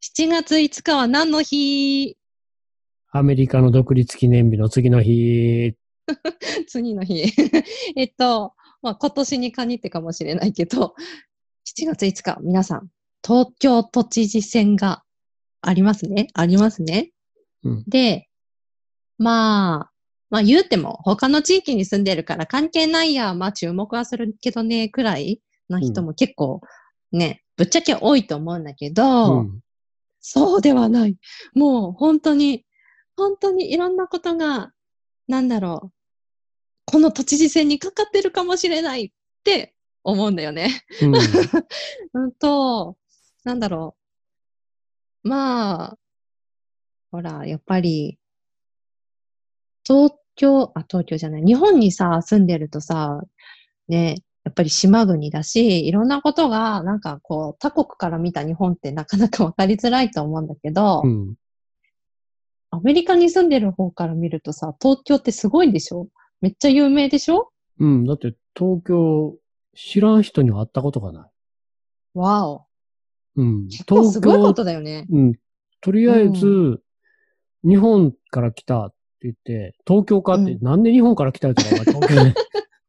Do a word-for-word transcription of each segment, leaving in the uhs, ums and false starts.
しちがついつかは何の日？ アメリカの独立記念日の次の日。 次の日。えっと、まあ、今年に限ってかもしれないけど、しちがついつか、皆さん、東京都知事選がありますね。ありますね。 うん。 で、まあ、まあ言うても他の地域に住んでるから関係ないや、まあ注目はするけどね、くらいな人も結構ね、ぶっちゃけ多いと思うんだけど、 うん。 そうではない。もう本当に、本当にいろんなことが、なんだろう、この都知事選にかかってるかもしれないって思うんだよね。 うん。 うんと、なんだろう。まあ、ほら、やっぱり、東京、あ、東京じゃない。日本にさ、住んでるとさ、ね、やっぱり島国だし、いろんなことが、なんかこう、他国から見た日本ってなかなかわかりづらいと思うんだけど、 うん。 アメリカに住んでる方から見るとさ、東京ってすごいんでしょ？めっちゃ有名でしょ？ うん。だって東京知らん人には会ったことがない。 わお。 うん。 結構すごいこ東京、 とだよね。 うん。とりあえうん。 ず、日本から来たって言って、東京かって、 うん。 なんで日本から来たやつがお前東京ね。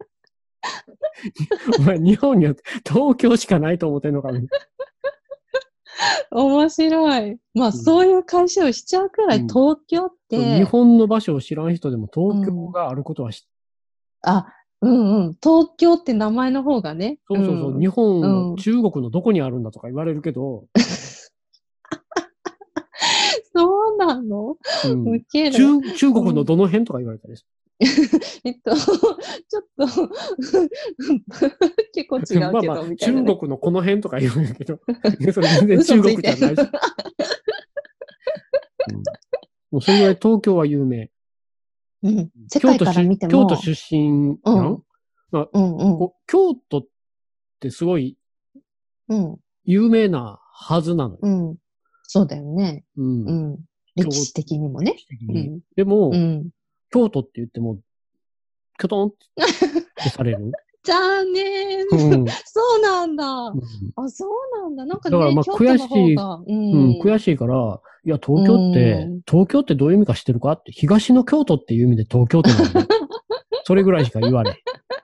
お前日本には東京しかないと思ってんのかね。 面白い。まあ、 うん。 そういう会社をしちゃうくらいうん。 東京っそう、日て、 本の場所を知らん人でも東京うん。 があることは知っあ、うんうん。東京って名前の方がね。うそうそうそう。 ん。 日う本はん。 中国のどこにあるんだとか言われるけど、 そうなの？ うん。 ウケる。 中、中国のうん。 どの辺とか言われたりすえっと、ちょっと結構違る。 うけまあまあ、 ど、みたいなね。 中国のこの辺とか言うんやけど、いやそれ全然中国嘘ついて。 じゃないし。うん。もうそれぐらい東京は有名。 うん。世界から京都出、 見ても、 京都出身うん、 やん。まあ、 うん、うん、 こう京都ってすごいうん、 有名なはずなのよ。 うん。そうだよね。 うん。 うん。 京歴史的にもね。 都的に。 うん、 でも、 うん。 京都って言っても、キョトンってされる。 残念。 うん。 そうなんだ。 うん。 あ、そうなんだ。なんかね、 だからまあ京都の悔しい、 方が、ううん、 ん、 悔しいから、いや、 う東京って、 ん。 東京ってどういう意味か知ってるかって、東の京都っていう意味で東京ってなんで、それぐらいしか言われへん。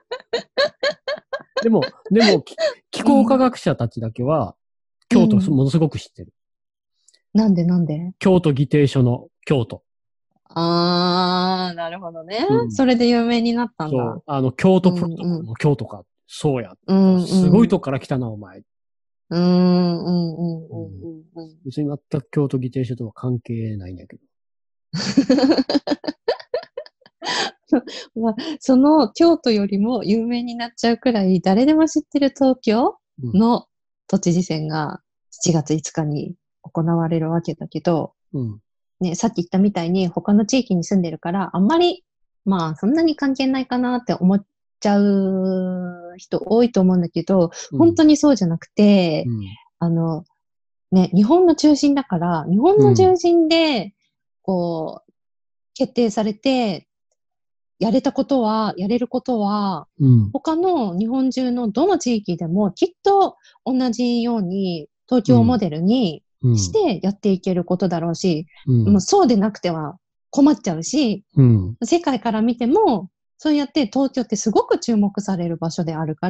でも、でも、き気候科うん、 学者たちだけは、京都うん。 ものすごく知ってる。 なんでなんで？ 京都議定書の京都。 あー、なるほどね。 うん。 それで有名になったんだ。 そう。あの、京都プロうん、うん、 トコルの京都か。そうや。 うん、 すごいうん、 とこから来たな、お前。 うん、うん、うん、 うん。 うん、うん。 別に全く京都議定書とは関係ないんだけど。 まあ、その京都よりも有名になっちゃうくらい誰でも知ってる東京うん。 の都知事選がしちがついつかに行われるわけだけど、 うん。 ね、さっき言ったみたいに他の地域に住んでるから、あんまり、まあ、そんなに関係ないかなって思っちゃう人多いと思うんだけど、 うん。 本当にそうじゃなくて、 うん。 あの、ね、日本の中心だから、日本うん。 の中心で、こう、決定されて、やれたことは、やれることは、 うん。 他の日本中のどの地域でもきっと同じように東うん。 京をモデルにしうん。 てやっていけることだろうし、もううん。 そうでなくては困っちゃうし、 うん。 世界から見ても、そうやって東京ってすごく注目される場所であるから、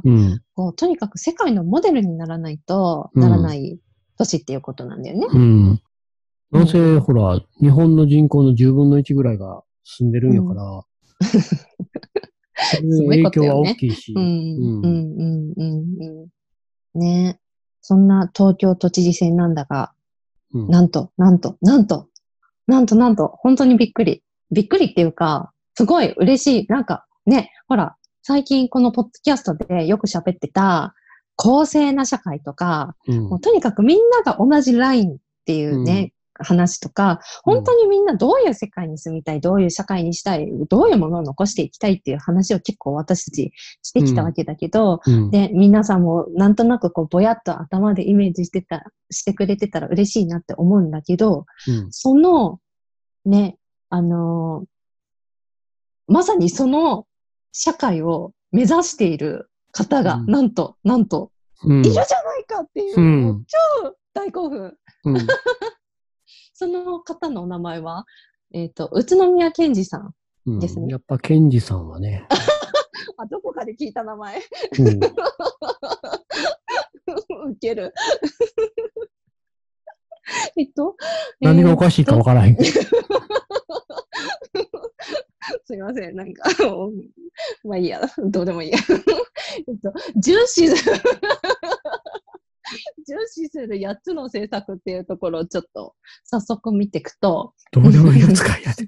うん。 こうとにかく世界のモデルにならないとならなうん。 い都市っていうことなんだよね。 うん。なんせ、 うんうん。 ほら、日本の人口のじゅうぶんのいちぐらいが住んでるんうん。 やから、それのすごい影響は大ことよね。 きいし、 うん、 うん。 うん、うん、うん、うん。ね。そんな東京都知事選なんだが、 うん。 なんと、なんと、なんと、なんと、なんと、本当にびっくり。びっくりっていうか、すごい嬉しい。なんか、ね、ほら、最近このポッドキャストでよく喋ってた、公正な社会とか、 うん。 もうとにかくみんなが同じラインっていうん。 うね、話とか、 うん。 本当にみんなどういう世界に住みたい、どういう社会にしたい、どういうものを残していきたいっていう話を結構私たちしてうん。 きたわけだけど、 うん。 で、皆さんもなんとなくこうぼやっと頭でイメージしてた、してくれてたら嬉しいなって思うんだけど、 うん。 そのね、あのーまさにその社会を目指している方が、 うん。 なんと、なんと、いるじうん。 ゃないかっていう、もううん。 超大興奮。 うん。 その方のお名前は、えっと、宇都宮健児さんですうん。 ね。 やっぱ、ケンジさんはね。 あ、どこかで聞いた名前。 うん。 ウケる。えっと、えーっ何がおかしいかわと、 からへんけど。 すいません、なんか、まあいいや、どうでもいいや。えっと、重視する、重視するやっつの政策っていうところをちょっと早速見ていくと、 どうでもいいやつかいやで。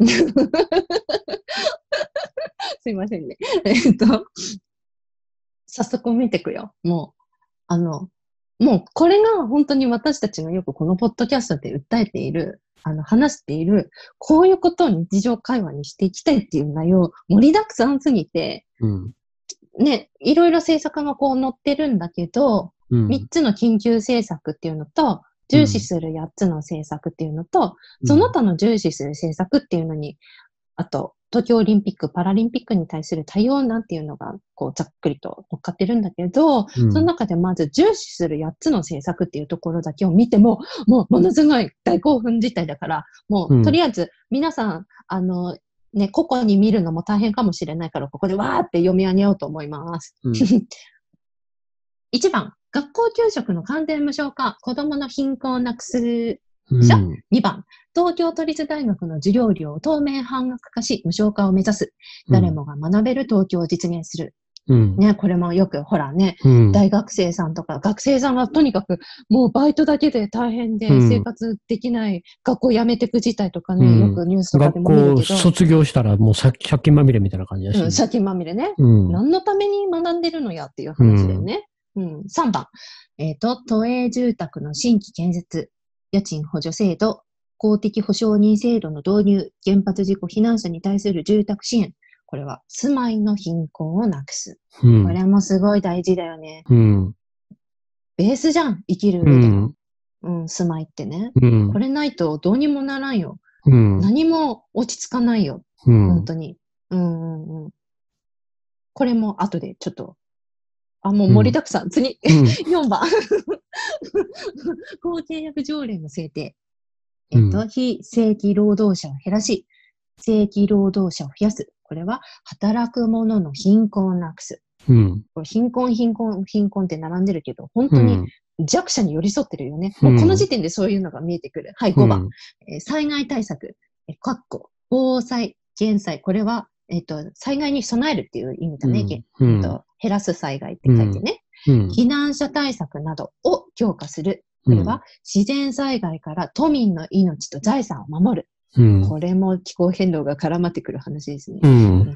すいませんね。えっと、早速見ていくよ。もう、あの、もうこれが本当に私たちがよくこのポッドキャストで訴えている、あの、話している、こういうことを日常会話にしていきたいっていう内容、盛りだくさんすぎて、 うん。 ね、いろいろ政策がこう載ってるんだけど、3 うん。 つの緊急政策っていうのと、重視するやっつの政策っていうのと、その他の重視する政策っていうのに、あと、東京オリンピック・パラリンピックに対する対応なんていうのが、こう、ざっくりと乗っかってるんだけど、 うん。 その中でまず重視するやっつの政策っていうところだけを見ても、もうものすごい大興奮自体だから、もう、とりあえず皆さん、あの、ね、個々に見るのも大変かもしれないから、ここでわーって読み上げようと思います。 うん。 いちばん、学校給食の完全無償化、子供の貧困をなくすでうしょ、 ん。 にばん、東京都立大学の授業料を当面半額化し、無償化を目指す。誰もが学べる東京を実現する。 うん。 ね、これもよく、ほらね、 うん。 大学生さんとか、学生さんがとにかく、もうバイトだけで大変で生活できない、学校辞めてく事態とかね、 うんよくニュースとかでも見るけど。 学校卒業したらもう借金まみれみたいな感じだし、ね。 うん、借金まみれね。 うん。 何のために学んでるのやっていう話だよね。うん。うん、さんばん、えっと、都営住宅の新規建設、家賃補助制度、公的保証人制度の導入、原発事故避難者に対する住宅支援。これは住まいの貧困をなくす。うん、これもすごい大事だよね。 うん、 ベースじゃん、生きる上での。うん、うん、住まいってね、うん。これないとどうにもならんよ。うん、何も落ち着かないよ。うん、本当に、うんうんうん。これも後でちょっと、あ、もう盛りだくさん。うん、次、うん、よんばん。公契約条例の制定。えっと、うん、非正規労働者を減らし、正規労働者を増やす。これは、働く者の貧困をなくす。うん、これ貧困、貧困、貧困って並んでるけど、本当に弱者に寄り添ってるよね。うん、もうこの時点でそういうのが見えてくる。はい、ごばん。うん、えー、災害対策。え、かっこ、防災、減災。これは、えっと、災害に備えるっていう意味だね。うん、えっと、減らす災害って書いてね。うん、避難者対策などを強化する。これは、自然災害から都民の命と財産を守る。うん、これも気候変動が絡まってくる話ですね。うん、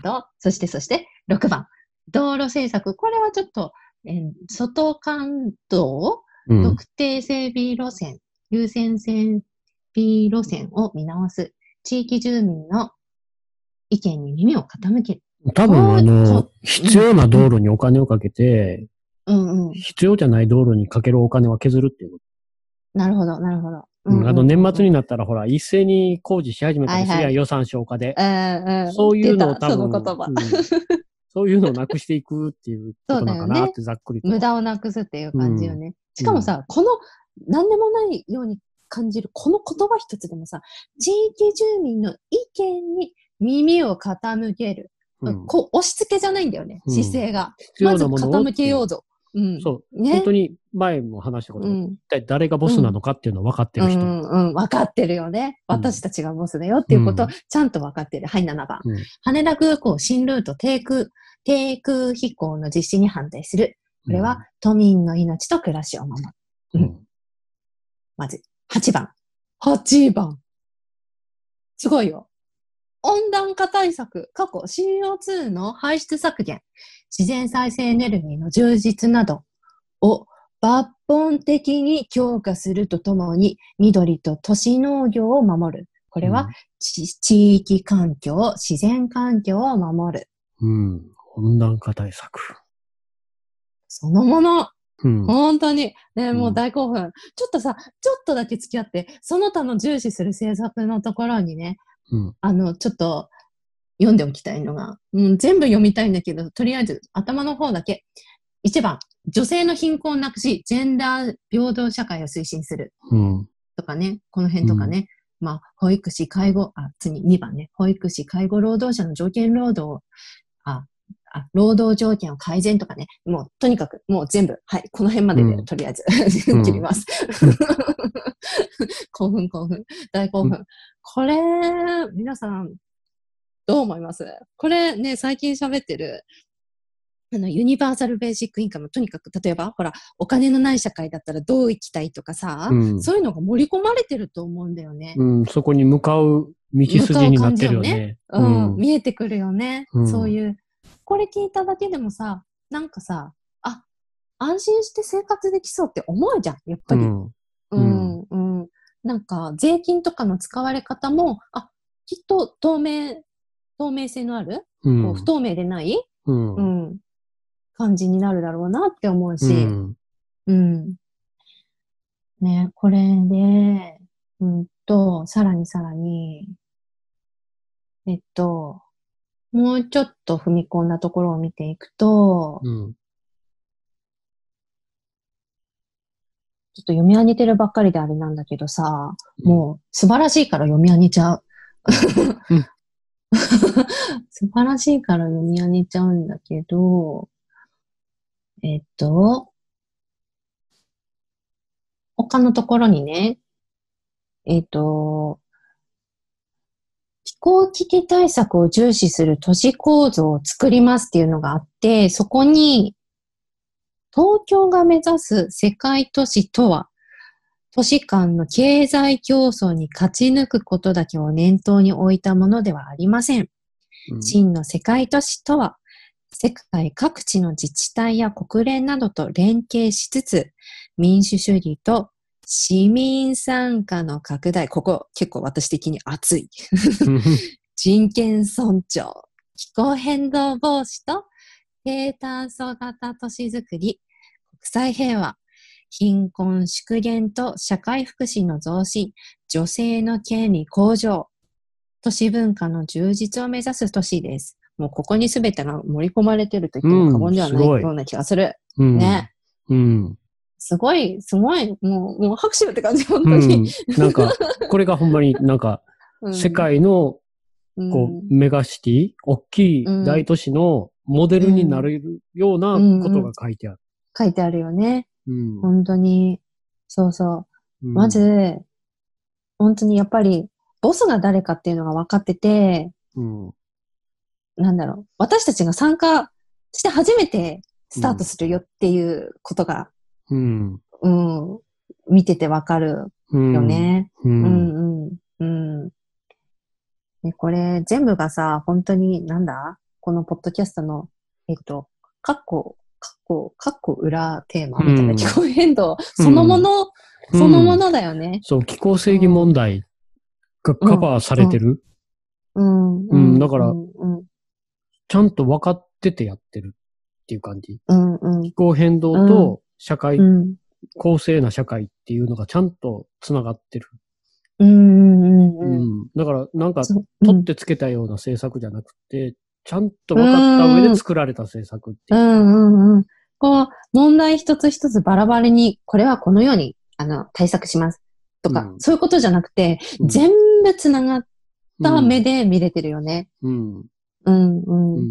とそして、そして、ろくばん。道路政策。これはちょっと、えー、外環道、うん、特定整備路線、優先整備路線を見直す。地域住民の意見に耳を傾ける。 多分、あの、必要な道路にお金をかけて、うんうん、必要じゃない道路にかけるお金は削るっていうこと。 なるほど、なるほど。 うん、あの、年末になったら、ほら、一斉に工事し始めたりするやん、はいはい、予算消化で。うんうん、そういうのを多分、その言葉、うん、そういうのをなくしていくっていうことなのかなって、ざっくりと、 ね。無駄をなくすっていう感じよね。うん、しかもさ、この、何でもないように感じる、この言葉一つでもさ、地域住民の意見に耳を傾ける。うん、こう、押し付けじゃないんだよね、姿勢が。うん、まず傾けようぞ。 うん、そう、ね。本当に前も話したこと、うん、一体誰がボスなのかっていうのを分かってる人。 うんうんうん、分かってるよね。私たちがボスだよっていうことをちゃんと分かってる。はい、ななばん。うん、羽田空港新ルート低空、低空飛行の実施に反対する。これは都民の命と暮らしを守る。うん、まず、はちばん。はちばん。すごいよ。温暖化対策、過去 シーオーツー の排出削減、自然再生エネルギーの充実などを抜本的に強化するとともに、緑と都市農業を守る。これは、うん、地域環境、自然環境を守る。 うん。温暖化対策。 そのもの。うん、本当に。ね、もう大興奮、うん。ちょっとさ、ちょっとだけ付き合って、その他の重視する政策のところにね、うん、あの、ちょっと読んでおきたいのが、うん、全部読みたいんだけど、とりあえず頭の方だけ。いちばん、女性の貧困をなくし、ジェンダー平等社会を推進する。うん、とかね、この辺とかね、うん、まあ、保育士、介護、あ、次にばんね、保育士、介護労働者の条件労働、あ、あ、労働条件を改善とかね、もうとにかく、もう全部、はい、この辺までで、うん、とりあえず切ります。うん、興奮興奮、大興奮。うん、これ、皆さん、どう思います？これね、最近喋ってる、あの、ユニバーサルベーシックインカム、とにかく、例えば、ほら、お金のない社会だったらどう生きたいとかさ、うん、そういうのが盛り込まれてると思うんだよね。 うん、そこに向かう道筋になってるよね。 うん、うん、見えてくるよね、うん。そういう。これ聞いただけでもさ、なんかさ、あ、安心して生活できそうって思うじゃん、やっぱり。うん、うん、うん。なんか、税金とかの使われ方も、あ、きっと透明、透明性のある、うん、こう不透明でない、うん、うん感じになるだろうなって思うし、うん。うん、ね、これで、うんと、さらにさらに、えっと、もうちょっと踏み込んだところを見ていくと、うん、ちょっと読み上げてるばっかりであれなんだけどさ、うん、もう素晴らしいから読み上げちゃう。うん、素晴らしいから読み上げちゃうんだけど、えっと、他のところにね、えっと、気候危機対策を重視する都市構造を作りますっていうのがあって、そこに東京が目指す世界都市とは、都市間の経済競争に勝ち抜くことだけを念頭に置いたものではありません。うん、真の世界都市とは、世界各地の自治体や国連などと連携しつつ、民主主義と市民参加の拡大、ここ結構私的に熱い。人権尊重、気候変動防止と低炭素型都市づくり、国際平和、貧困縮減と社会福祉の増進、女性の権利向上、都市文化の充実を目指す都市です。もうここに全てが盛り込まれてると言っても過言ではないような気がする。うん、ね。うん。すごい、すごい、もう、もう拍手って感じ、本当に。 うん、なんか、これがほんまになんか、世界の、こう、メガシティ、大きい大都市のモデルになるようなことが書いてある。 書いてあるよね。うん、本当に。そうそう。うん、まず、本当にやっぱり、ボスが誰かっていうのが分かってて、うん、なんだろう。私たちが参加して初めてスタートするよっていうことが、うん、うん、見てて分かるよね。うん、うん、うん。うんでこれ全部がさ、本当になんだこのポッドキャストの、えっと、カッコ、カッコ、カッコ裏テーマみたいな、気候変動、そのもの、うん、そのものだよね、うん。 そう、気候正義問題がカバーされてる。うん。うん。うん、だから、うん、ちゃんと分かっててやってるっていう感じ。うんうん、気候変動と社会、うん、公正な社会っていうのがちゃんとつながってる。うんうんうんうん、だから、なんか、取ってつけたような政策じゃなくて、ちゃんと分かった上で作られた政策っていう。うんうんうん。こう、問題一つ一つバラバラに、これはこのように、あの、対策します。とか、うん、そういうことじゃなくて、うん、全部つながった目で見れてるよね。うん。うんうんうんうん、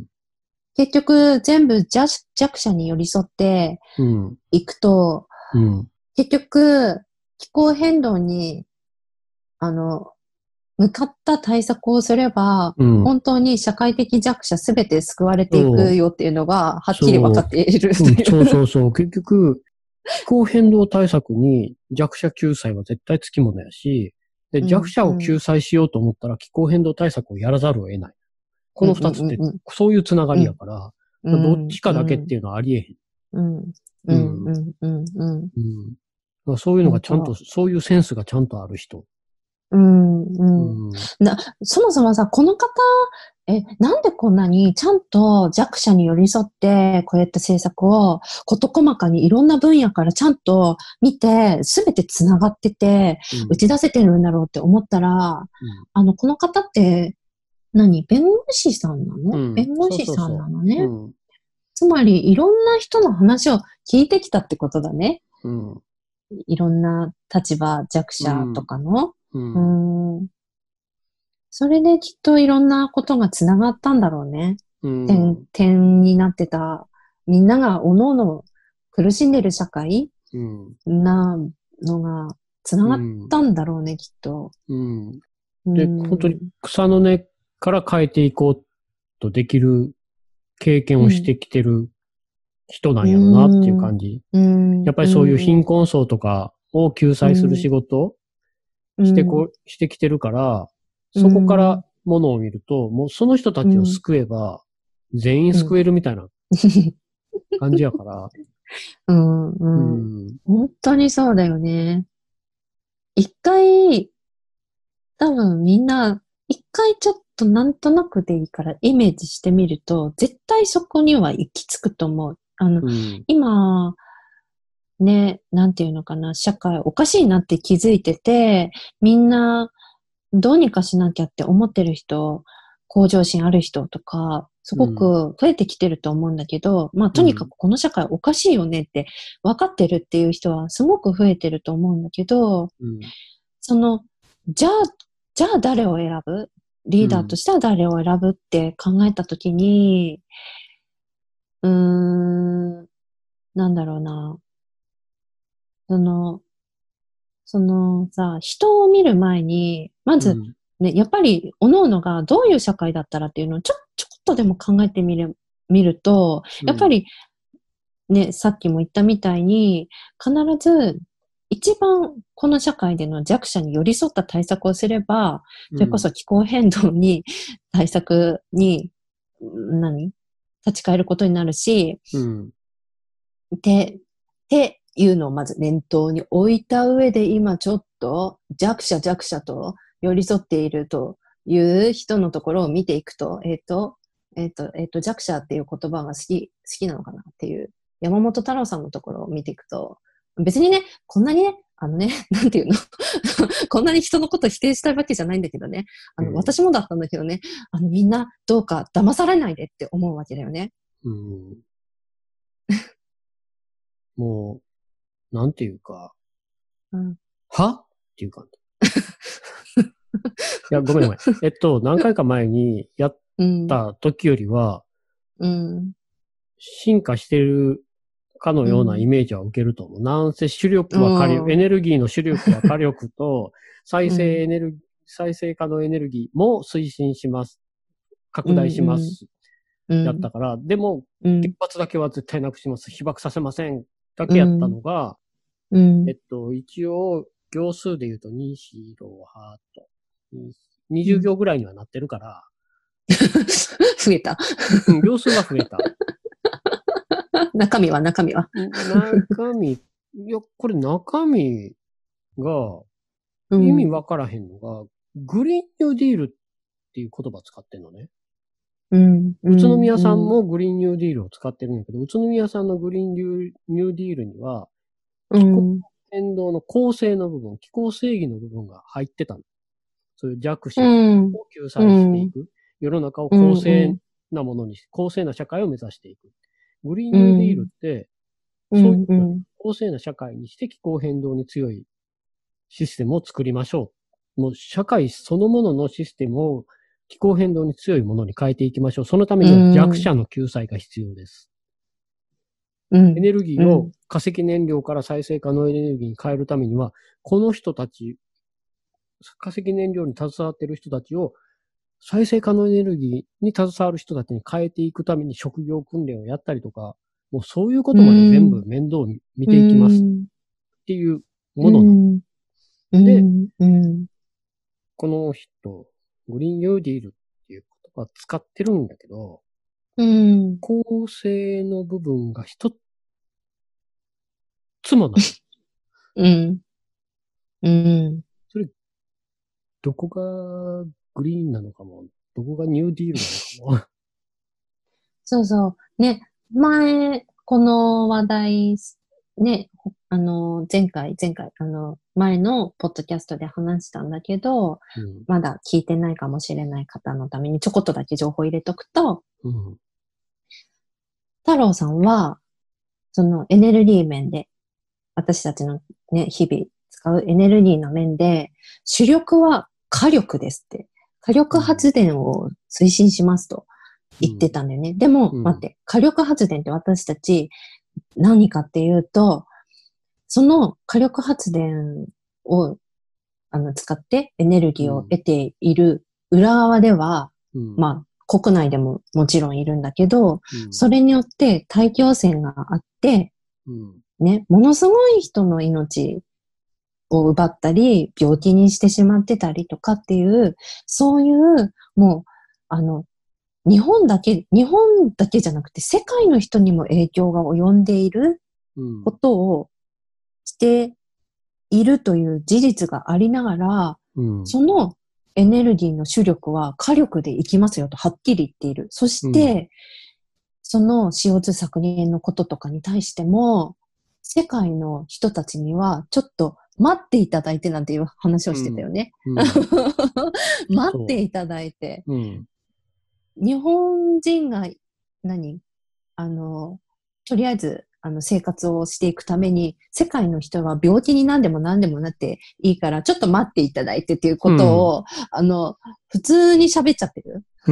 結局、全部弱弱者に寄り添っていくと、うん、結局、気候変動にあの、向かった対策をすれば、うん、本当に社会的弱者すべて救われていくよっていうのが、はっきり分かっている。 そう、うん、そうそうそう。結局、気候変動対策に弱者救済は絶対つきものやし、で弱者を救済しようと思ったら気候変動対策をやらざるを得ない。この二つってそういうつながりやから、うん、どっちかだけっていうのはありえへん。うん。うん。うん。うん。うん。そういうのがちゃんと、そういうセンスがちゃんとある人。うん、 うん。な、そもそもさ、この方、え、なんでこんなにちゃんと弱者に寄り添って、こうやった政策を事細かにいろんな分野からちゃんと見て、すべて繋がってて、うん、打ち出せてるんだろうって思ったら、うん、あの、この方って、何弁護士さんなの、うん、弁護士さんなのね。そうそうそう、うん、つまり、いろんな人の話を聞いてきたってことだね。うんいろんな立場弱者とかの、うん、うんそれできっといろんなことがつながったんだろうね。うん、点、点になってた、みんなが各々苦しんでる社会、うん、なのがつながったんだろうね、うん、きっと。 うん。で、うん、本当に草の根から変えていこうとできる経験をしてきてる人なんやろなっていう感じ。うん、やっぱりそういう貧困層とかを救済する仕事してこ、してきてるから、そこからものを見ると、もうその人たちを救えば、全員救えるみたいな感じやから。 うんうんうん、本当にそうだよね。一回、多分みんな、一回ちょっとなんとなくでいいからイメージしてみると、絶対そこには行き着くと思う。あの、うん、今、ね、なんていうのかな、社会おかしいなって気づいてて、みんなどうにかしなきゃって思ってる人、向上心ある人とか、すごく増えてきてると思うんだけど、うん、まあとにかくこの社会おかしいよねって分かってるっていう人はすごく増えてると思うんだけど、うん、その、じゃあ、じゃあ誰を選ぶリーダーとしては誰を選ぶって考えたときに、うーん、なんだろうな。その、そのさ、人を見る前に、まず、ね、うん、やっぱり、各々がどういう社会だったらっていうのをちょ、ちょっとでも考えてみる、見ると、やっぱり、ね、さっきも言ったみたいに、必ず、一番この社会での弱者に寄り添った対策をすれば、それこそ気候変動に、対策に、何立ち返ることになるし、うん、で、で、いうのをまず念頭に置いた上で今ちょっと弱者弱者と寄り添っているという人のところを見ていくと、えっ、ー、と、えっ、ー、と、えっ、ー、と、弱者っていう言葉が好き、好きなのかなっていう山本太郎さんのところを見ていくと、別にね、こんなにね、あのね、なんていうのこんなに人のことを否定したいわけじゃないんだけどね。あの、うん、私もだったんだけどね、あの、みんなどうか騙されないでって思うわけだよね。うんもう、なんていうか、うん、はっていう感じ。いや、ごめんごめん。えっと、何回か前にやった時よりは、うん、進化してるかのようなイメージは受けると思う。うん、なんせ主力は火力、エネルギーの主力は火力と、再生エネルギー、うん、再生可能エネルギーも推進します。拡大します。うんうん、やったから、でも、原発だけは絶対なくします。被爆させません。だけやったのが、うん、えっと、一応、行数で言うと、に、よん、はと、にじゅう行ぐらいにはなってるから。 増えた。 うん、行数は増えた。 中身は中身は。 中身、いや、これ中身が、意味わからへんのが、うん、グリーンニューディールっていう言葉使ってんのね。うん、宇都宮さんもグリーンニューディールを使ってるんだけど、宇都宮さんのグリーンニューディールには、気候変動の構成の部分、気候正義の部分が入ってたの。そういう弱者を救済していく。うん、世の中を公正なものにして、公正な社会を目指していく。グリーンニューディールって、うん、そういう公正な社会にして気候変動に強いシステムを作りましょう。もう社会そのもののシステムを気候変動に強いものに変えていきましょう。そのためには弱者の救済が必要です。うん、エネルギーを化石燃料から再生可能エネルギーに変えるためには、この人たち、化石燃料に携わっている人たちを再生可能エネルギーに携わる人たちに変えていくために職業訓練をやったりとか、もうそういうことまで全部面倒を見ていきますっていうものなの。で、この人、グリーンニューディールっていう言葉を使ってるんだけど、構成の部分が一つもない。うん。うん。それ、どこがグリーンなのかも、どこがニューディールなのかも。 そうそう。ね、前、この話題、ね、あの、前回、前回、あの、前のポッドキャストで話したんだけど、うん、まだ聞いてないかもしれない方のためにちょこっとだけ情報入れとくと、うん、太郎さんは、そのエネルギー面で私たちのね、日々使うエネルギーの面で、主力は火力ですって。火力発電を推進しますと言ってたんだよね。うん、でも、うん、待って、火力発電って私たち何かっていうと、その火力発電をあの使ってエネルギーを得ている裏側では、うん、まあ、国内でももちろんいるんだけど、うん、それによって大気汚染があって、うん、ね、ものすごい人の命を奪ったり、病気にしてしまってたりとかっていう、そういう、もう、あの、日本だけ、日本だけじゃなくて世界の人にも影響が及んでいることをしているという事実がありながら、うん、そのエネルギーの主力は火力でいきますよとはっきり言っている。そして、うん、その シーオーツー 削減のこととかに対しても、世界の人たちにはちょっと待っていただいてなんていう話をしてたよね。うんうん、待っていただいて。うん、日本人が何あの、とりあえずあの生活をしていくために、世界の人は病気に何でも何でもなっていいから、ちょっと待っていただいてっていうことを、うん、あの、普通に喋っちゃってる、うん、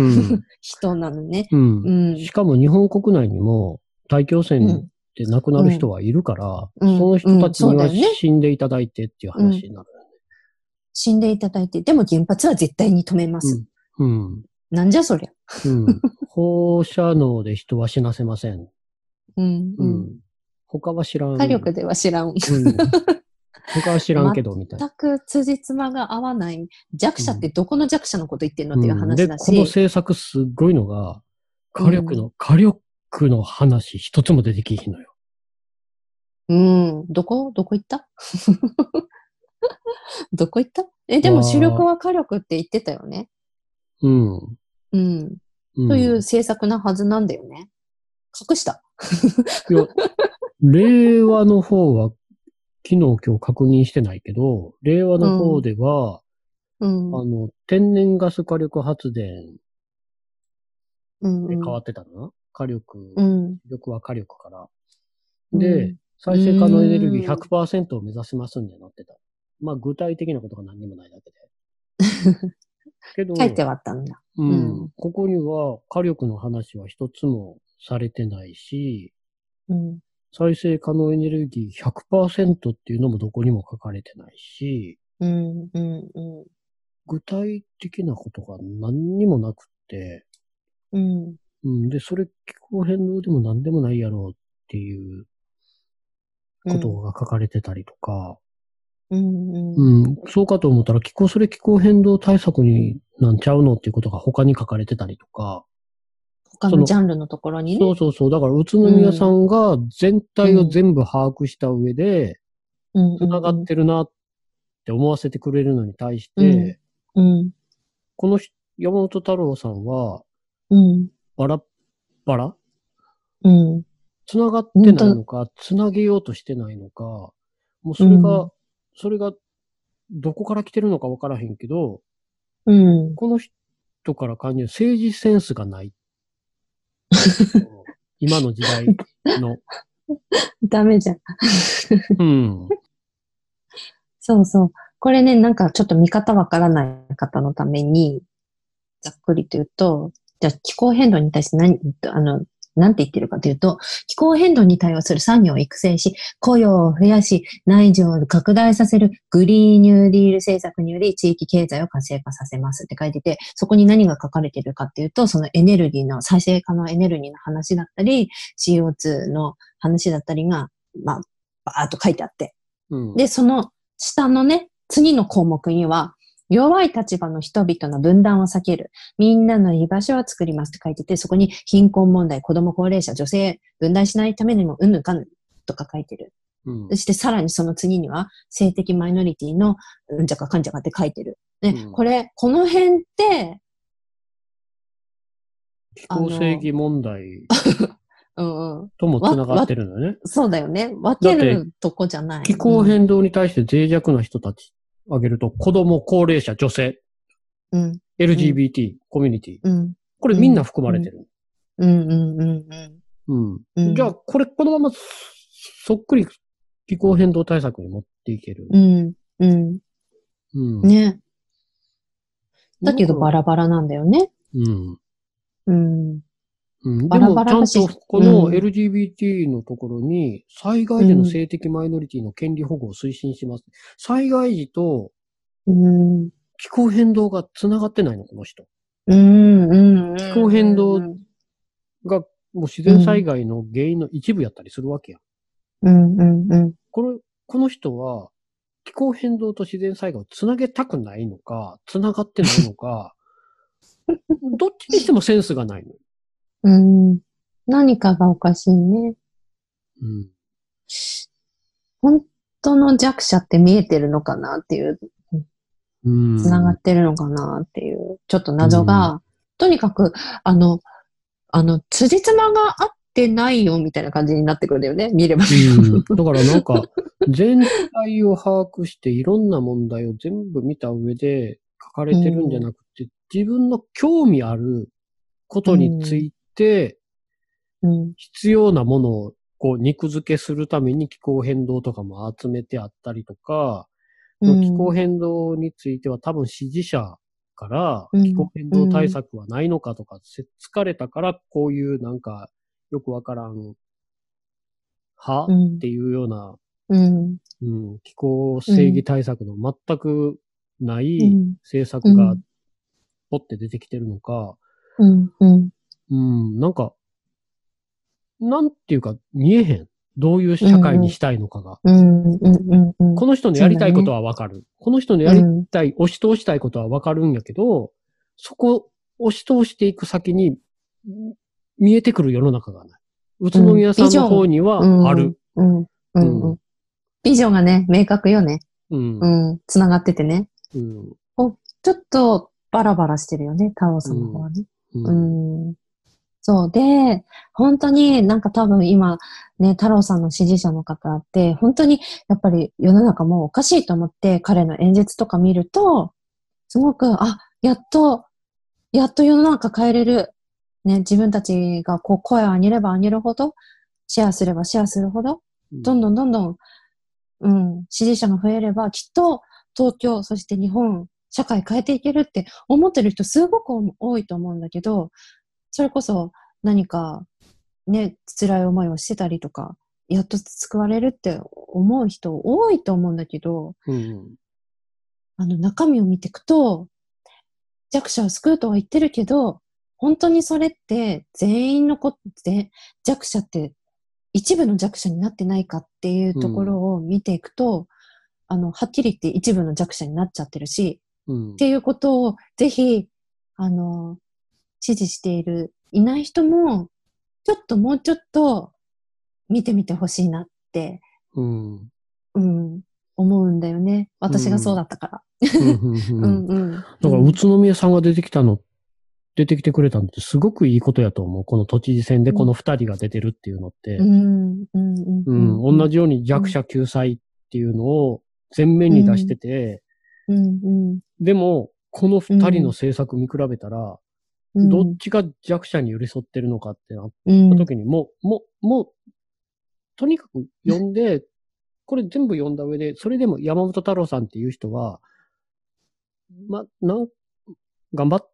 人なのね、 うんうん。しかも日本国内にも大気汚染で亡くなる人はいるから、うん、その人たちには死んでいただいてっていう話になる、ねうん。 死んでいただいて、でも原発は絶対に止めます。うん。うん、なんじゃそりゃ。 うん、放射能で人は死なせません。 うんうん、 他は知らん。 火力では知らん。うん、 他は知らんけど、みたいな。 全く辻褄が合わない。弱者ってどこの弱者のこと言ってんのっていう話だし。 で、この政策すっごいのが、火力の、うん、火力の話一つも出てきひんのよ。 うん。どこどこ行ったどこ行ったえ、でも主力は火力って言ってたよね。 うん。 うん。という政策なはずなんだよね。隠した。 いや、令和の方は、昨日今日確認してないけど、令和の方では、うんうん、あの、天然ガス火力発電で変わってたのな、うんうん、火力、うん、力は火力から。で、うん、再生可能エネルギー ひゃくパーセント を目指しますんにはなってた。まあ具体的なことが何にもないだけで。 けど、書いてはあったんだ。 うん。うん、ここには火力の話は一つもされてないし、うん、再生可能エネルギー ひゃくパーセント っていうのもどこにも書かれてないし、うんうんうん、具体的なことが何にもなくって、うんうん、で、それ気候変動でも何でもないやろうっていうことが書かれてたりとか、うんうんうん、そうかと思ったら気候、それ気候変動対策になんちゃうのっていうことが他に書かれてたりとか、 他のジャンルのところにね。 そうそうそう。だから宇都宮さんが全体を全部把握した上で、繋がってるなって思わせてくれるのに対して、うんうん、この山本太郎さんは、うん、バラッバラ、うん、繋がってないのか、繋げようとしてないのか、もうそれが、うん、それがどこから来てるのか分からへんけど、うん、この人から感じる政治センスがない。今の時代の。 ダメじゃん。うん。そうそう。これね、なんかちょっと見方わからない方のために、ざっくりと言うと、じゃあ気候変動に対して何、あの、なんて言ってるかというと、気候変動に対応する産業を育成し、雇用を増やし、内需を拡大させるグリーンニューディール政策により地域経済を活性化させますって書いてて、そこに何が書かれてるかっていうと、そのエネルギーの、再生可能エネルギーの話だったり、シーオーツー の話だったりが、まあ、バーっと書いてあって。うん、で、その下のね、次の項目には、弱い立場の人々の分断を避ける。みんなの居場所を作りますって書いてて、そこに貧困問題、子供、高齢者、女性、分断しないためにも、うんぬかんとか書いてる。うん、そしてさらにその次には、性的マイノリティのうんじゃかかんじゃかって書いてる。ね、うん、これ、この辺って、 気候正義問題うんうん、とも繋がってるのよね。 そうだよね。分けるとこじゃない。 気候変動に対して脆弱な人たち挙げると、子供、高齢者、女性、うん、エルジービーティー、うん、コミュニティ、うん、これみんな含まれてる。うんうんうんうん。うん。じゃあ、これこのままそっくり気候変動対策に持っていける。 うん。うん。うん。ね。だけどバラバラなんだよね。 うん。 うん。 うん、でも、ちゃんとこの エルジービーティー のところに、災害時の性的マイノリティの権利保護を推進します。うん、災害時と気候変動がつながってないの、この人。 うんうんうん、 気候変動がもう自然災害の原因の一部やったりするわけや。 うんうんうん、 この、この人は気候変動と自然災害をつなげたくないのか、つながってないのか、どっちにしてもセンスがないの。 うん、何かがおかしいね。うん、本当の弱者って見えてるのかなっていう、うん、つながってるのかなっていう、ちょっと謎が、うん、とにかく、あの、あの、辻褄が合ってないよみたいな感じになってくるんだよね、見れば見るほど。だからなんか、全体を把握していろんな問題を全部見た上で書かれてるんじゃなくて、うん、自分の興味あることについて、必要なものをこう肉付けするために気候変動とかも集めてあったりとか、うん、気候変動については多分支持者から気候変動対策はないのかとか、せっつかれたからこういうなんかよくわからん派、うん、っていうような、うんうん、気候正義対策の全くない政策がポッて出てきてるのか、うんうんうん、なんかなんていうか見えへん。どういう社会にしたいのかが。この人のやりたいことはわかる、ね。この人のやりたい、うん、押し通したいことはわかるんやけど、そこ押し通していく先に見えてくる世の中がない。宇都宮さんの方にはある。 ビジョンがね、明確よね。うん。うん。繋がっててね。うん。お、ちょっとバラバラしてるよね、太郎さんの方はね。うん。うんそう。で、本当になんか多分今、ね、太郎さんの支持者の方って、本当にやっぱり世の中もおかしいと思って彼の演説とか見ると、すごく、あ、やっと、やっと世の中変えれる。ね、自分たちがこう声を上げれば上げるほど、シェアすればシェアするほど、どんどんどんどん、うん、支持者が増えれば、きっと東京、そして日本、社会変えていけるって思ってる人すごく多いと思うんだけど、それこそ何かね、辛い思いをしてたりとか、やっと救われるって思う人多いと思うんだけど、うん、あの中身を見ていくと、弱者を救うとは言ってるけど、本当にそれって全員のこで弱者って一部の弱者になってないかっていうところを見ていくと、うん、あの、はっきり言って一部の弱者になっちゃってるし、うん、っていうことをぜひ、あの、支持している、いない人も、ちょっともうちょっと見てみてほしいなって、うん、うん、思うんだよね。私がそうだったから。 うんうん。だから宇都宮さんが出てきたの、出てきてくれたのってすごくいいことやと思う。この都知事選でこの二人が出てるっていうのって。うん、うん、うん。同じように弱者救済っていうのを前面に出してて、うん、うん。でも、この二人の政策見比べたら、うん、どっちが弱者に寄り添ってるのかってなった時に、もう、もう、もう、とにかく読んで、これ全部読んだ上で、それでも山本太郎さんっていう人は、ま、なん、頑張って。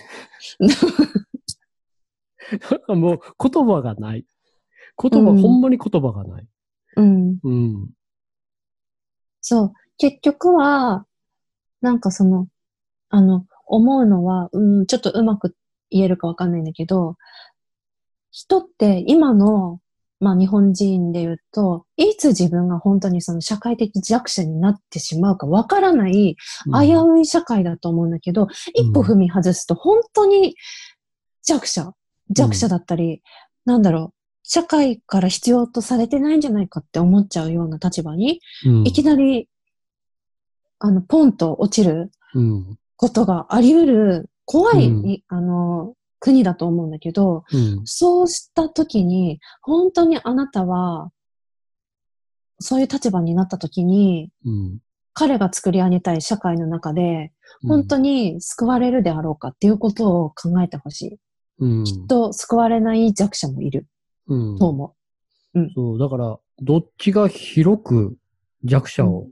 もう言葉がない。言葉、うん、ほんまに言葉がない。うん。うん。そう。結局は、なんかその、あの、思うのは、うん、ちょっとうまく言えるかわかんないんだけど、人って今の、まあ日本人で言うと、いつ自分が本当にその社会的弱者になってしまうかわからない危うい社会だと思うんだけど、うん、一歩踏み外すと本当に弱者、弱者だったり、うん、なんだろう、社会から必要とされてないんじゃないかって思っちゃうような立場に、うん、いきなり、あの、ポンと落ちることがあり得る怖い、うん、あの、国だと思うんだけど、うん、そうした時に、本当にあなたは、そういう立場になった時に、うん、彼が作り上げたい社会の中で、本当に救われるであろうかっていうことを考えてほしい。うん、きっと救われない弱者もいる、うん、と思う。 うん、そう、だから、 どっちが広く弱者を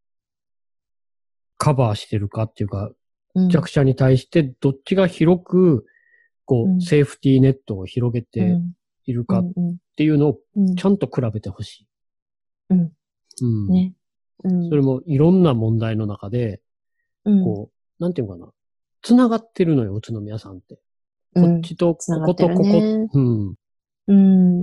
カバーしてるかっていうか、うん、弱者に対してどっちが広く、こう、うん、セーフティーネットを広げているかっていうのをちゃんと比べてほしい。 うん。うん。ね。 うん。それもいろんな問題の中で、うん、こう、なんていうのかな。繋がってるのよ、宇都宮さんって。こっちと、こことここ。 うん。うん、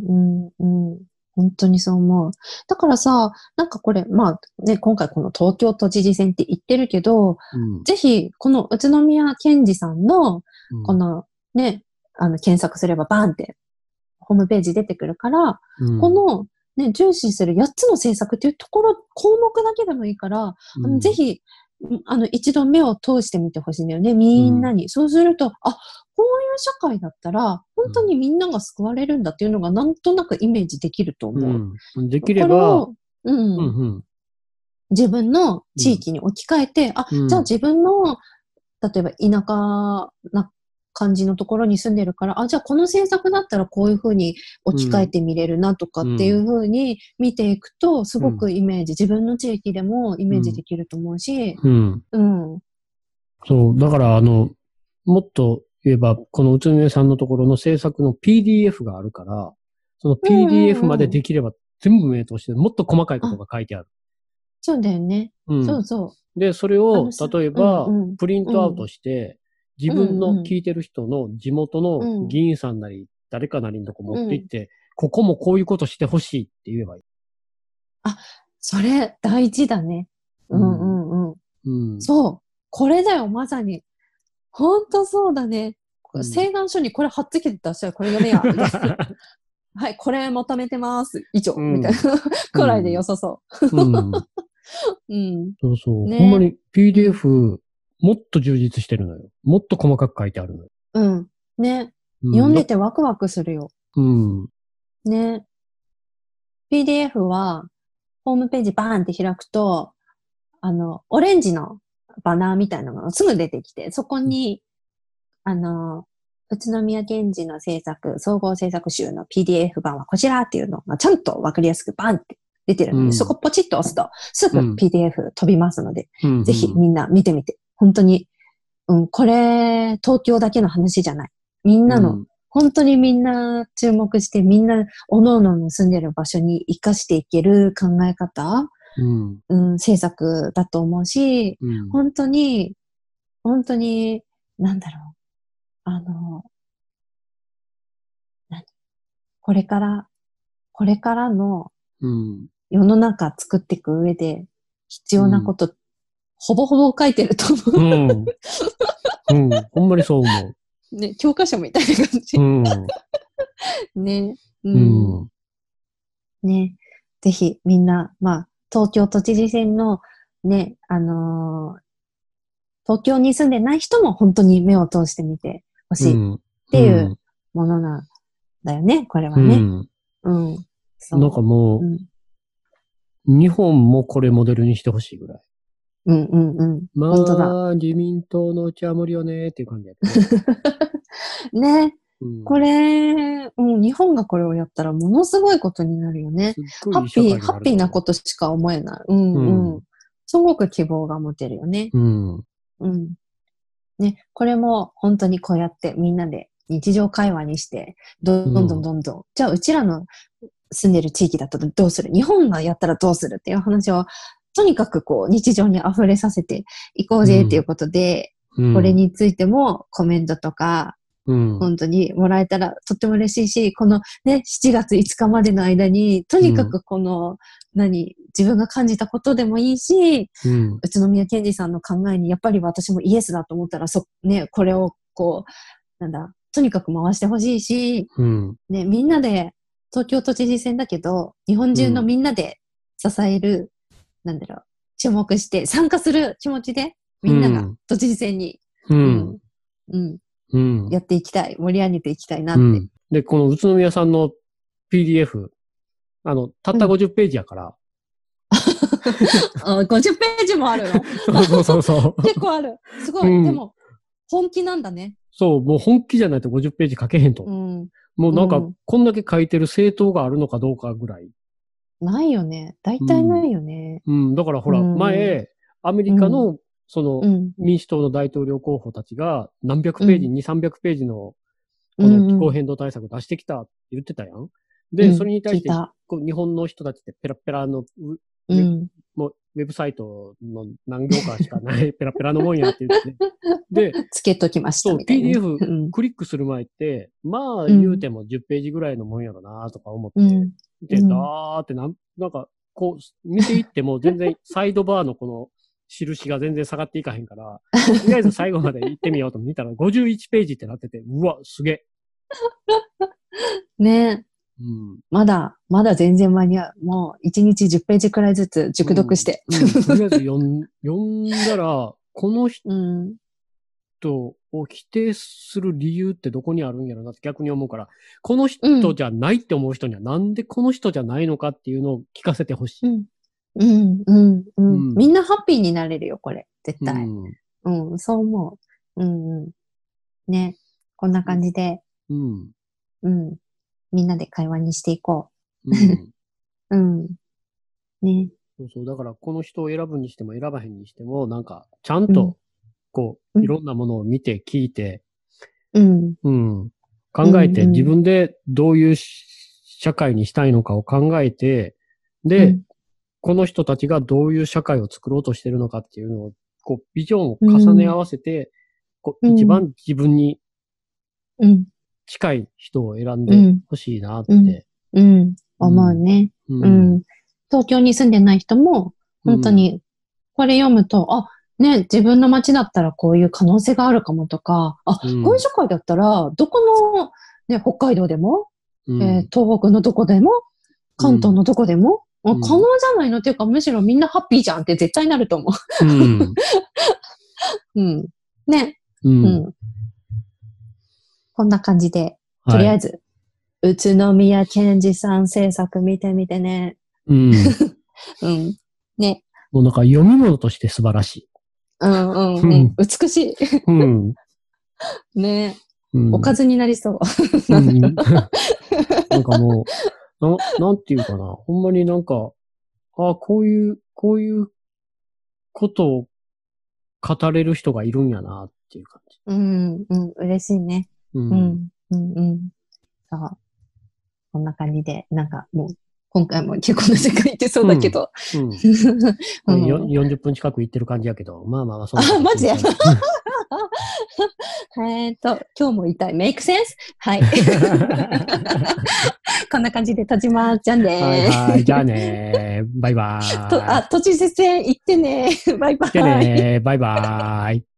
うん、うん。本当にそう思う。だからさ、なんかこれ、まあね、今回この東京都知事選って言ってるけど、うん、ぜひ、この宇都宮健児さんの、このね、うん、あの、検索すればバーンって、ホームページ出てくるから、うん、この、ね、重視するやっつの政策っていうところ、項目だけでもいいから、うん、あのぜひ、あの、一度目を通してみてほしいんだよね、みんなに。うん、そうすると、あ、こういう社会だったら、本当にみんなが救われるんだっていうのがなんとなくイメージできると思う。 うん、できれば、 これを、うん、うんうん、自分の地域に置き換えて、うん、あ、じゃあ自分の、例えば田舎な感じのところに住んでるから、あ、じゃあこの政策だったらこういうふうに置き換えてみれるなとかっていうふうに見ていくと、すごくイメージ、自分の地域でもイメージできると思うし、 うん。 うん。 そう、だからあの、もっと言えば、この宇都宮さんのところの制作の ピーディーエフ があるから、その ピーディーエフ までできれば全部目通して、もっと細かいことが書いてある。 そうだよね。うん、そうそう。 で、それを、例えば、プリントアウトして、自分の聞いてる人の地元の議員さんなり、誰かなりのとこ持って行って、ここもこういうことしてほしいって言えばいい。 あ、それ大事だね。うんうんうん。うん、そう。これだよ、まさに。ほんとそうだね。請願書にこれ貼っつけてたら、これ読めや、みたいな。はい、これまとめてます。以上、うん、みたいな。くらいで良さそう。うん。うん、 そうそう。ね、ほんまに ピーディーエフ、もっと充実してるのよ。もっと細かく書いてあるのよ。 うん。ね。うん、読んでてワクワクするよ。 うん。 ね。ピーディーエフ は、ホームページバーンって開くと、あの、オレンジのバナーみたいなのがすぐ出てきて、そこに、うん、あの、宇都宮県知の政策、総合政策集の ピーディーエフ 版はこちらっていうのがちゃんとわかりやすくバーンって出てるので、うん、そこポチッと押すと、すぐ ピーディーエフ 飛びますので、うん、ぜひみんな見てみて。本当に、うん、これ、東京だけの話じゃない。みんなの、うん、本当にみんな注目して、みんな、各々の住んでる場所に活かしていける考え方、うんうん、政策だと思うし、うん、本当に、本当に、なんだろう。あの、何これから、これからの世の中作っていく上で必要なこと、うん、ほぼほぼ書いてると思う。 うん。うん。ほんまにそう思う。ね、教科書みたいな感じ。うん、ね、うん。うん。ね、ぜひみんな、まあ、東京都知事選のね、あのー、東京に住んでない人も本当に目を通してみてほしいっていうものなんだよね、これはね。うん。うん、 そうなんかもう、うん、日本もこれモデルにしてほしいぐらい。 うんうんうん。 まあ、本当だ。自民党のうちは無理よねっていう感じやけど。 ね。うん、これ、うん、日本がこれをやったらものすごいことになるよね。ハッピー、ハッピーなことしか思えない。うんうん。うん、すごく希望が持てるよね。うん。うん。ね、これも本当にこうやってみんなで日常会話にして、どんどんどんどん、うん、じゃあうちらの住んでる地域だったらどうする？日本がやったらどうするっていう話を、とにかくこう日常に溢れさせていこうぜっていうことで、うん、これについてもコメントとか、うん、本当にもらえたらとっても嬉しいし、このね、しちがついつかまでの間に、とにかくこの、うん、何、自分が感じたことでもいいし、うん、宇都宮健児さんの考えにやっぱり私もイエスだと思ったら、そ、ね、これをこう、なんだ、とにかく回してほしいし、うん、ね、みんなで、東京都知事選だけど、日本中のみんなで支える、うん、なんだろう、注目して参加する気持ちで、みんなが都知事選に、うん、うん、うんうん、やっていきたい。盛り上げていきたいなって。うん、 で、この宇都宮さんの ピーディーエフ、あの、たったごじゅっページやから。 うん、ごじゅっページもあるのそうそうそう。 結構ある。すごい。うん、でも、本気なんだね。 そう、もう本気じゃないとごじゅっページ書けへんと。うん、もうなんか、こんだけ書いてる政党があるのかどうかぐらい。 ないよね。大体ないよね。 うん。うん、だからほら、前、アメリカの、その、民主党の大統領候補たちが何百ページ、に、さんびゃくページの、この気候変動対策出してきたって言ってたやん。で、それに対して、こう日本の人たちってペラペラの、うん、もうウェブサイトの何行間しかないペラペラのもんやって言って。で、 つけときましたみたいな。 そう、ピーディーエフ クリックする前って、まあ言うてもじゅっページぐらいのもんやろなとか思って。うん、で、だーってなん、なんか、こう、見ていっても全然サイドバーのこの印が全然下がっていかへんから、とりあえず最後まで行ってみようと見たらごじゅういちページってなってて、うわ、すげえ。 ねうん、まだ、まだ全然間に合う。もういちにちじゅっページくらいずつ熟読して。 うんうん、とりあえず読ん読んだら、この人を否定する理由ってどこにあるんやろなって逆に思うから、この人じゃないって思う人にはなんでこの人じゃないのかっていうのを聞かせてほしい。 うんうんうんうん、みんなハッピーになれるよ、これ。絶対。うん、うん、そう思う。うんうん。ね。こんな感じで。うん。うん。みんなで会話にしていこう。うん。うん。ね。 そうそう。だから、この人を選ぶにしても選ばへんにしても、なんか、ちゃんと、こう、うん、いろんなものを見て、聞いて、うん。うん。考えて、うんうん、自分でどういう社会にしたいのかを考えて、で、うん、この人たちがどういう社会を作ろうとしてるのかっていうのを、こう、ビジョンを重ね合わせて、うん、こう一番自分に近い人を選んでほしいなって。うん。 うん、思うね、うん。うん。東京に住んでない人も、本当に、これ読むと、うん、あ、ね、自分の街だったらこういう可能性があるかもとか、あ、うん、こういう社会だったら、どこの、ね、北海道でも、うん、えー、東北のどこでも、関東のどこでも、うん、可能じゃないのっていうか、むしろみんなハッピーじゃんって絶対なると思う。うん。うん。ね。うん。うん、こんな感じで、とりあえず、はい、宇都宮健治さん制作見てみてね。うん。うん。ね。 もうなんか読み物として素晴らしい。 うんうん、ね。美しい。うん。ね、うん。おかずになりそう。うん、 なんかもう、な、なんていうかな。ほんまになんか、ああ、こういう、こういうことを語れる人がいるんやなっていう感じ。 うん、うん、嬉しいね。うん、うん、うん、うん。そう。こんな感じで、なんかもう、今回も結構な時間いってそうだけど。 うん。うん、よんじゅっぷん近くいってる感じやけど、まあまあまあ、 そうあ、マジでえっと、今日も言いたい。メイクセンスはい。こんな感じで閉じます。じゃあねはいはい。じゃあねバイバーイ。 とあ、都知事選行ってねバイバイ。 行ってねバイバーイ。